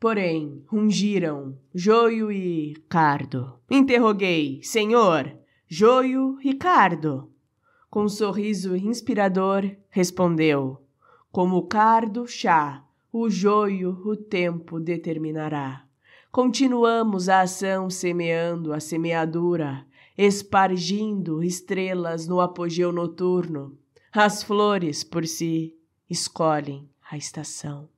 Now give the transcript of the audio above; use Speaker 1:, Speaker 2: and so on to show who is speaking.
Speaker 1: Porém, rungiram joio e cardo. Interroguei: Senhor, joio e cardo? Com um sorriso inspirador, respondeu: como o cardo, chá, o joio, o tempo determinará. Continuamos a ação semeando a semeadura, espargindo estrelas no apogeu noturno. As flores, por si, escolhem a estação.